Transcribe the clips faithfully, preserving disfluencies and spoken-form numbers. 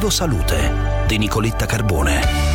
Vivo Salute di Nicoletta Carbone.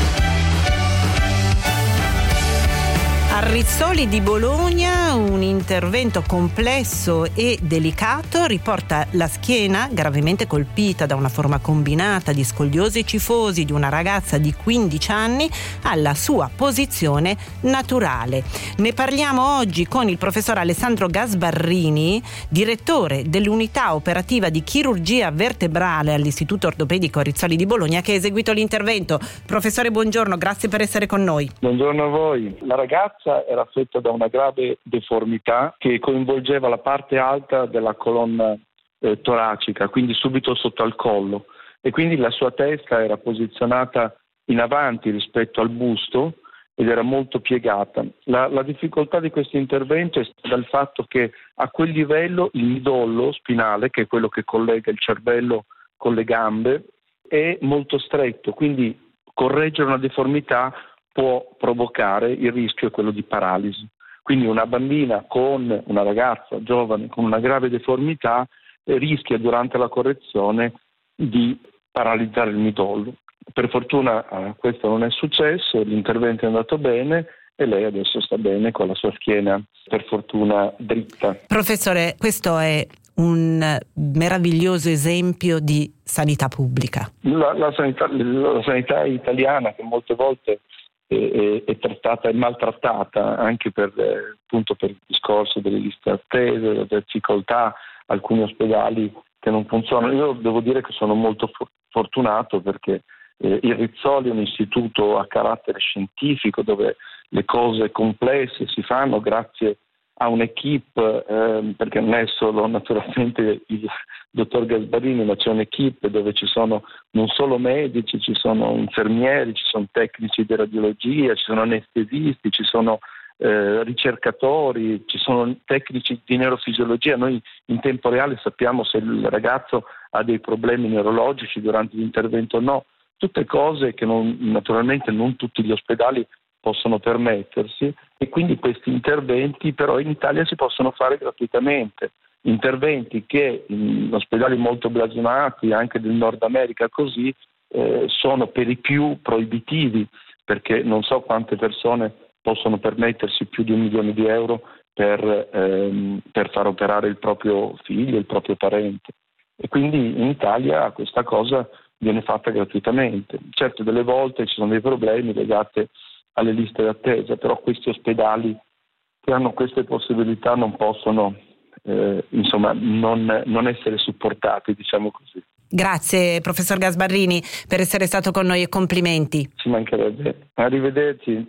A Rizzoli di Bologna un intervento complesso e delicato riporta la schiena gravemente colpita da una forma combinata di scoliosi cifosi di una ragazza di quindici anni alla sua posizione naturale. Ne parliamo oggi con il professor Alessandro Gasbarrini, direttore dell'unità operativa di chirurgia vertebrale all'Istituto Ortopedico Rizzoli di Bologna, che ha eseguito l'intervento. Professore, buongiorno, grazie per essere con noi. Buongiorno a voi. La ragazza era affetta da una grave deformità che coinvolgeva la parte alta della colonna eh, toracica, quindi subito sotto al collo, e quindi la sua testa era posizionata in avanti rispetto al busto ed era molto piegata. La, la difficoltà di questo intervento è stata dal fatto che a quel livello il midollo spinale, che è quello che collega il cervello con le gambe, è molto stretto, quindi correggere una deformità può provocare il rischio è quello di paralisi. Quindi una bambina con una ragazza giovane con una grave deformità eh, rischia durante la correzione di paralizzare il midollo. Per fortuna eh, questo non è successo, l'intervento è andato bene e lei adesso sta bene con la sua schiena per fortuna dritta. Professore, questo è un meraviglioso esempio di sanità pubblica. La, la, sanità, la sanità italiana, che molte volte è, è trattata e maltrattata anche per, eh, appunto per il discorso delle liste attese, delle difficoltà, alcuni ospedali che non funzionano. Io devo dire che sono molto fortunato perché eh, il Rizzoli è un istituto a carattere scientifico dove le cose complesse si fanno grazie a un'equipe, eh, perché non è solo naturalmente il dottor Gasbarrini, ma c'è un'equipe dove ci sono non solo medici, ci sono infermieri, ci sono tecnici di radiologia, ci sono anestesisti, ci sono eh, ricercatori, ci sono tecnici di neurofisiologia. Noi in tempo reale sappiamo se il ragazzo ha dei problemi neurologici durante l'intervento o no, tutte cose che non, naturalmente non tutti gli ospedali possono permettersi, e quindi questi interventi però in Italia si possono fare gratuitamente, interventi che in ospedali molto blasonati anche del Nord America così eh, sono per i più proibitivi, perché non so quante persone possono permettersi più di un milione di euro per, ehm, per far operare il proprio figlio, il proprio parente, e quindi in Italia questa cosa viene fatta gratuitamente. Certo, delle volte ci sono dei problemi legati alle liste d'attesa, però questi ospedali che hanno queste possibilità non possono eh, insomma non, non essere supportati, diciamo così. Grazie professor Gasbarrini per essere stato con noi e complimenti. Ci mancherebbe. Arrivederci.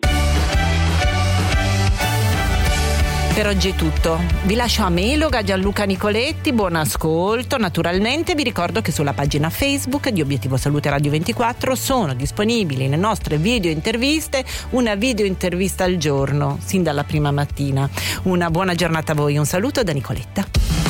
Per oggi è tutto. Vi lascio a Meloga, Gianluca Nicoletti, buon ascolto. Naturalmente vi ricordo che sulla pagina Facebook di Obiettivo Salute Radio ventiquattro sono disponibili le nostre video interviste, una video intervista al giorno, sin dalla prima mattina. Una buona giornata a voi, un saluto da Nicoletta.